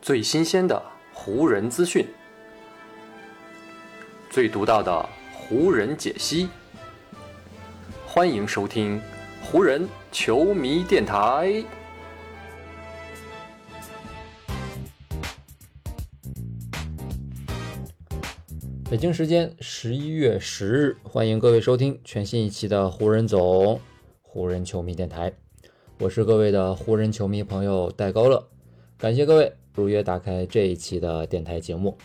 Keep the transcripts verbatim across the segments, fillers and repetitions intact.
最新鲜的湖人资讯，最独到的湖人解析。欢迎收听湖人球迷电台。 北京时间十一月十日，欢迎各位收听全新一期的湖人总湖人球迷电台。我是各位的湖人球迷朋友戴高乐，感谢各位如约打开这一期的电台节目。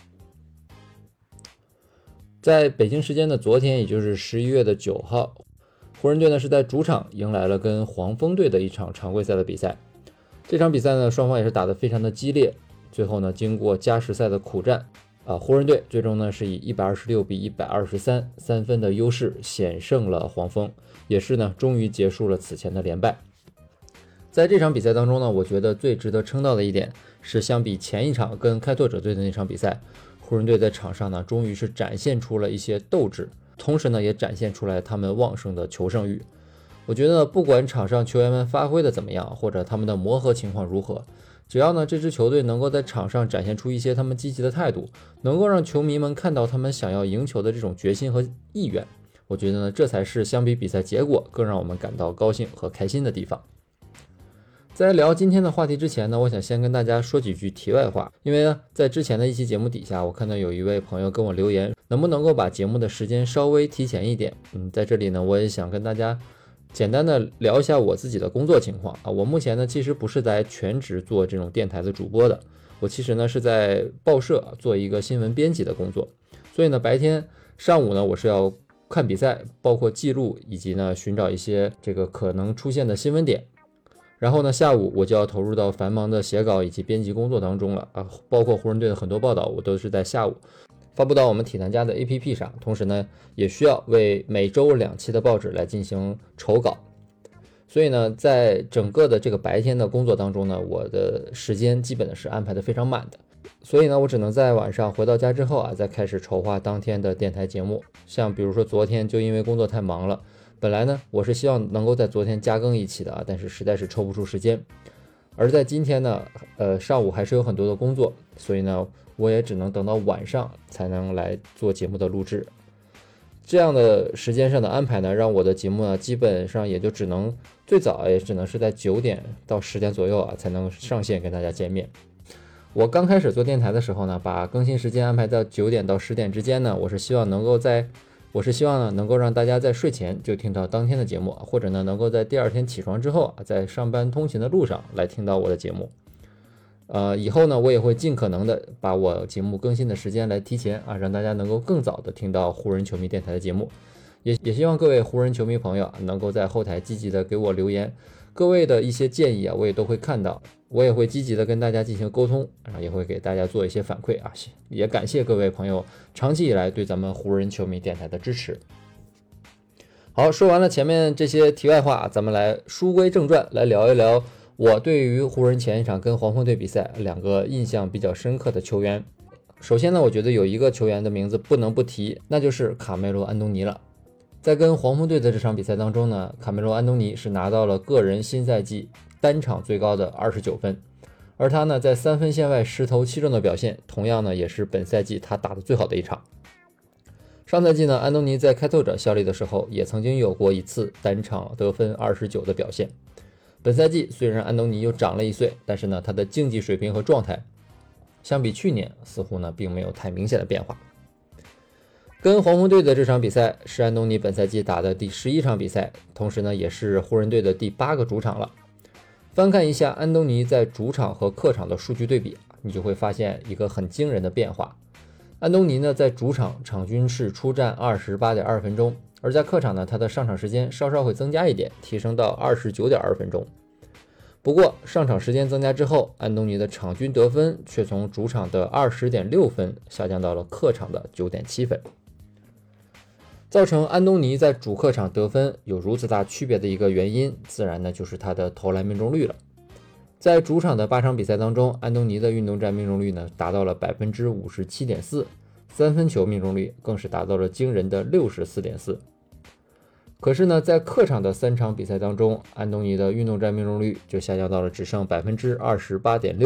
在北京时间的昨天，也就是十一月的九号，湖人队呢是在主场迎来了跟黄蜂队的一场常规赛的比赛。这场比赛呢，双方也是打得非常的激烈，最后呢，经过加时赛的苦战，啊，湖人队最终呢是以一百二十六比一百二十三三分的优势险胜了黄蜂，也是呢终于结束了此前的连败。在这场比赛当中呢，我觉得最值得称道的一点是，相比前一场跟开拓者队的那场比赛，湖人队在场上呢终于是展现出了一些斗志，同时呢也展现出来他们旺盛的求胜欲。我觉得不管场上球员们发挥的怎么样，或者他们的磨合情况如何，只要呢这支球队能够在场上展现出一些他们积极的态度，能够让球迷们看到他们想要赢球的这种决心和意愿，我觉得呢这才是相比比赛结果更让我们感到高兴和开心的地方。在聊今天的话题之前呢，我想先跟大家说几句题外话。因为呢，在之前的一期节目底下，我看到有一位朋友跟我留言，能不能够把节目的时间稍微提前一点。嗯，在这里呢，我也想跟大家简单的聊一下我自己的工作情况啊。我目前呢，其实不是在全职做这种电台的主播的，我其实呢是在报社做一个新闻编辑的工作。所以呢，白天上午呢，我是要看比赛，包括记录以及呢寻找一些这个可能出现的新闻点。然后呢，下午我就要投入到繁忙的写稿以及编辑工作当中了啊，包括湖人队的很多报道，我都是在下午发布到我们体坛家的 A P P 上，同时呢，也需要为每周两期的报纸来进行筹稿。所以呢，在整个的这个白天的工作当中呢，我的时间基本的是安排的非常满的，所以呢，我只能在晚上回到家之后啊，再开始筹划当天的电台节目。像比如说昨天就因为工作太忙了，本来呢，我是希望能够在昨天加更一期的啊，但是实在是抽不出时间。而在今天呢，呃，上午还是有很多的工作，所以呢，我也只能等到晚上才能来做节目的录制。这样的时间上的安排呢，让我的节目呢，基本上也就只能最早也只能是在九点到十点左右啊，才能上线跟大家见面。我刚开始做电台的时候呢，把更新时间安排到九点到十点之间呢，我是希望能够在我是希望呢，能够让大家在睡前就听到当天的节目，或者呢，能够在第二天起床之后啊，在上班通勤的路上来听到我的节目。呃，以后呢，我也会尽可能的把我节目更新的时间来提前啊，让大家能够更早的听到湖人球迷电台的节目。也也希望各位湖人球迷朋友啊，能够在后台积极的给我留言，各位的一些建议啊，我也都会看到，我也会积极的跟大家进行沟通，然后也会给大家做一些反馈啊。也感谢各位朋友长期以来对咱们湖人球迷电台的支持。好，说完了前面这些题外话，咱们来书归正传，来聊一聊我对于湖人前一场跟黄蜂队比赛两个印象比较深刻的球员。首先呢，我觉得有一个球员的名字不能不提，那就是卡梅罗·安东尼了。在跟黄蜂队的这场比赛当中呢，卡梅罗·安东尼是拿到了个人新赛季单场最高的二十九分，而他呢在三分线外十投七中的表现，同样呢也是本赛季他打的最好的一场。上赛季呢，安东尼在开拓者效力的时候也曾经有过一次单场得分二十九的表现。本赛季虽然安东尼又长了一岁，但是呢他的竞技水平和状态相比去年似乎呢并没有太明显的变化。跟黄蜂队的这场比赛是安东尼本赛季打的第十一场比赛，同时呢也是湖人队的第八个主场了。翻看一下安东尼在主场和客场的数据对比，你就会发现一个很惊人的变化。安东尼呢在主场场均是出战 二十八点二 分钟，而在客场呢他的上场时间稍稍会增加一点，提升到 二十九点二 分钟。不过上场时间增加之后，安东尼的场均得分却从主场的 二十点六 分下降到了客场的 九点七 分。造成安东尼在主客场得分有如此大区别的一个原因，自然呢就是他的投篮命中率了。在主场的八场比赛当中，安东尼的运动战命中率呢达到了 百分之五十七点四， 三分球命中率更是达到了惊人的 六十四点四。可是呢，在客场的三场比赛当中，安东尼的运动战命中率就下降到了只剩 百分之二十八点六，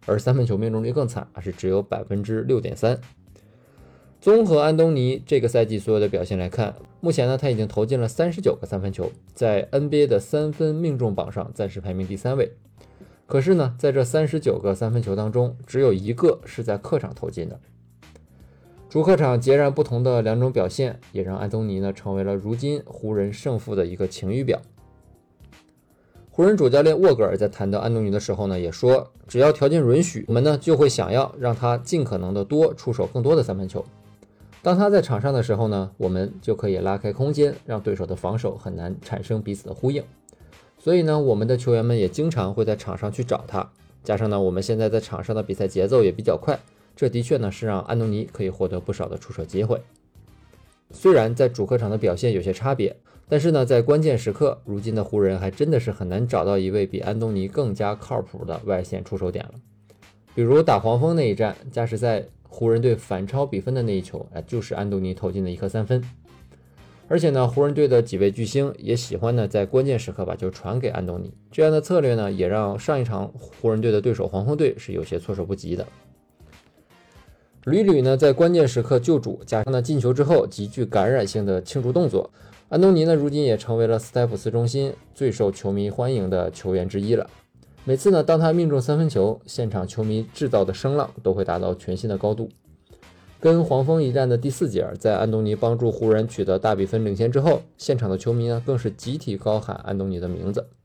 而三分球命中率更惨，是只有 百分之六点三。 综合安东尼这个赛季所有的表现来看，目前呢他已经投进了三十九个三分球，在 N B A 的三分命中榜上暂时排名第三位。可是呢，在这三十九个三分球当中，只有一个是在客场投进的。主客场截然不同的两种表现，也让安东尼呢成为了如今湖人胜负的一个晴雨表。湖人主教练沃格尔在谈到安东尼的时候呢，也说，只要条件允许，我们呢就会想要让他尽可能的多出手更多的三分球。当他在场上的时候呢，我们就可以拉开空间，让对手的防守很难产生彼此的呼应。所以呢，我们的球员们也经常会在场上去找他。加上呢，我们现在在场上的比赛节奏也比较快，这的确呢是让安东尼可以获得不少的出手机会。虽然在主客场的表现有些差别，但是呢，在关键时刻，如今的湖人还真的是很难找到一位比安东尼更加靠谱的外线出手点了。比如打黄蜂那一战，加时赛湖人队反超比分的那一球，就是安东尼投进的一颗三分。而且呢，湖人队的几位巨星也喜欢呢在关键时刻把球传给安东尼，这样的策略呢，也让上一场湖人队的对手黄蜂队是有些措手不及的。屡屡呢在关键时刻救主，加上呢进球之后极具感染性的庆祝动作，安东尼呢如今也成为了斯台普斯中心最受球迷欢迎的球员之一了。每次呢当他命中三分球，现场球迷制造的声浪都会达到全新的高度。跟黄蜂一战的第四节，在安东尼帮助湖人取得大比分领先之后，现场的球迷呢更是集体高喊安东尼的名字。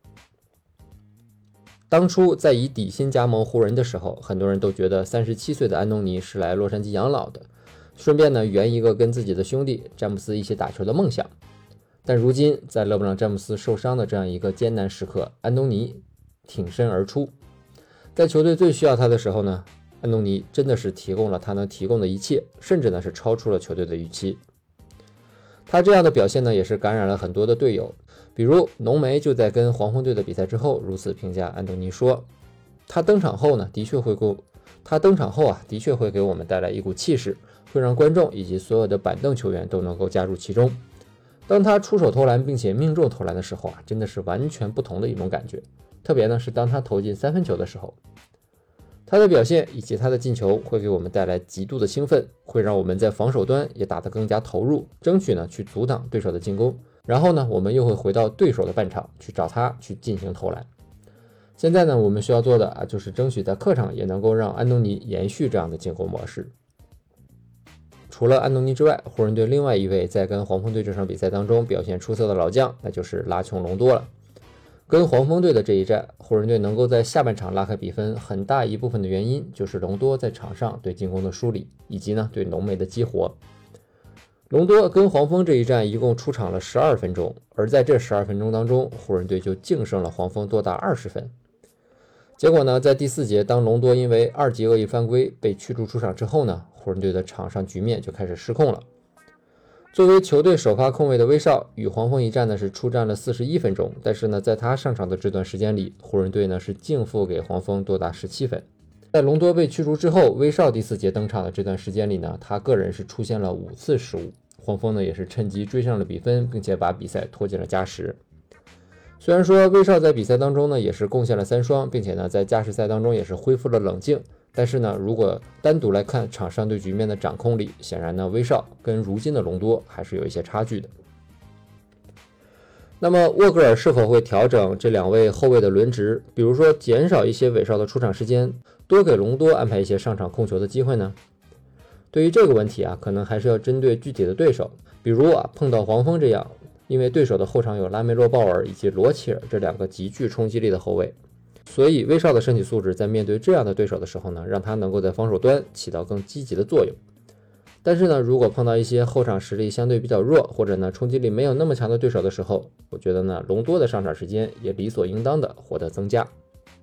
当初在以底薪加盟湖人的时候，很多人都觉得三十七岁的安东尼是来洛杉矶养老的，顺便呢圆一个跟自己的兄弟詹姆斯一起打球的梦想。但如今在勒布朗詹姆斯受伤的这样一个艰难时刻，安东尼挺身而出，在球队最需要他的时候呢，安东尼真的是提供了他能提供的一切，甚至呢是超出了球队的预期。他这样的表现呢，也是感染了很多的队友，比如浓眉就在跟黄蜂队的比赛之后如此评价安东尼说，他登场后呢，的确会给他登场后啊，的确会给我们带来一股气势，会让观众以及所有的板凳球员都能够加入其中。当他出手投篮并且命中投篮的时候啊，真的是完全不同的一种感觉，特别呢是当他投进三分球的时候。他的表现以及他的进球会给我们带来极度的兴奋，会让我们在防守端也打得更加投入，争取呢去阻挡对手的进攻。然后呢，我们又会回到对手的半场去找他去进行投篮。现在呢，我们需要做的啊，就是争取在客场也能够让安东尼延续这样的进攻模式。除了安东尼之外，湖人队另外一位在跟黄蜂队这场比赛当中表现出色的老将，那就是拉琼隆多了。跟黄蜂队的这一战，湖人队能够在下半场拉开比分，很大一部分的原因就是隆多在场上对进攻的梳理，以及呢对浓眉的激活。隆多跟黄蜂这一战一共出场了十二分钟，而在这十二分钟当中，湖人队就净胜了黄蜂多达二十分。结果呢，在第四节，当隆多因为二级恶意犯规被驱逐出场之后呢，湖人队的场上局面就开始失控了。作为球队首发控卫的威少与黄蜂一战呢是出战了四十一分钟，但是呢在他上场的这段时间里，湖人队呢是净负给黄蜂多达十七分。在隆多被驱逐之后，威少第四节登场的这段时间里呢，他个人是出现了五次失误，黄蜂呢也是趁机追上了比分，并且把比赛拖进了加时。虽然说威少在比赛当中呢也是贡献了三双，并且呢在加时赛当中也是恢复了冷静，但是呢如果单独来看场上对局面的掌控力，显然呢威少跟如今的隆多还是有一些差距的。那么沃格尔是否会调整这两位后卫的轮值，比如说减少一些威少的出场时间，多给隆多安排一些上场控球的机会呢？对于这个问题啊，可能还是要针对具体的对手，比如啊碰到黄蜂这样，因为对手的后场有拉梅洛鲍尔以及罗齐尔这两个极具冲击力的后卫，所以威少的身体素质在面对这样的对手的时候呢，让他能够在防守端起到更积极的作用。但是呢，如果碰到一些后场实力相对比较弱，或者呢冲击力没有那么强的对手的时候，我觉得呢隆多的上场时间也理所应当的获得增加。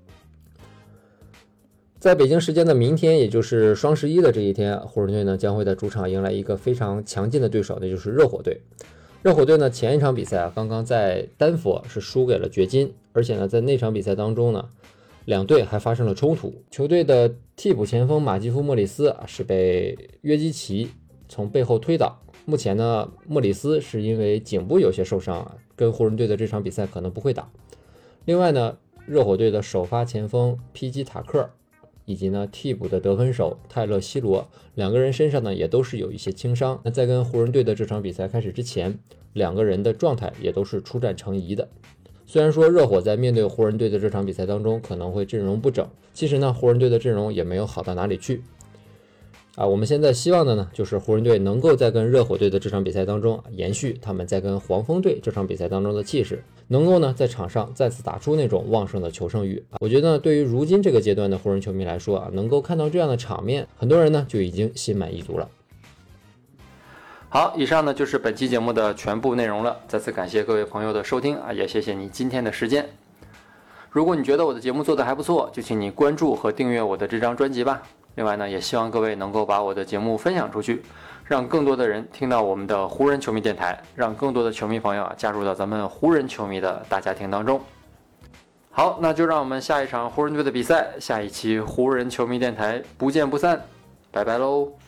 在北京时间的明天，也就是双十一的这一天，湖人队呢将会在主场迎来一个非常强劲的对手，那就是热火队。热火队呢前一场比赛啊，刚刚在丹佛是输给了掘金，而且呢在那场比赛当中呢，两队还发生了冲突。球队的替补前锋马基夫·莫里斯啊是被约基奇从背后推倒。目前呢，莫里斯是因为颈部有些受伤啊，跟湖人队的这场比赛可能不会打。另外呢，热火队的首发前锋皮基塔克以及呢替补的得分手泰勒·希罗，两个人身上呢也都是有一些轻伤。那在跟湖人队的这场比赛开始之前，两个人的状态也都是出战成疑的。虽然说热火在面对湖人队的这场比赛当中可能会阵容不整，其实呢湖人队的阵容也没有好到哪里去。啊，我们现在希望的呢，就是湖人队能够在跟热火队的这场比赛当中，延续他们在跟黄蜂队这场比赛当中的气势，能够呢在场上再次打出那种旺盛的求胜欲。我觉得呢，对于如今这个阶段的湖人球迷来说啊，能够看到这样的场面，很多人呢就已经心满意足了。 好，以上呢就是本期节目的全部内容了。再次感谢各位朋友的收听啊，也谢谢你今天的时间。如果你觉得我的节目做得还不错，就请你关注和订阅我的这张专辑吧。另外呢，也希望各位能够把我的节目分享出去，让更多的人听到我们的湖人球迷电台，让更多的球迷朋友啊加入到咱们湖人球迷的大家庭当中。好，那就让我们下一场湖人队的比赛，下一期湖人球迷电台不见不散，拜拜喽。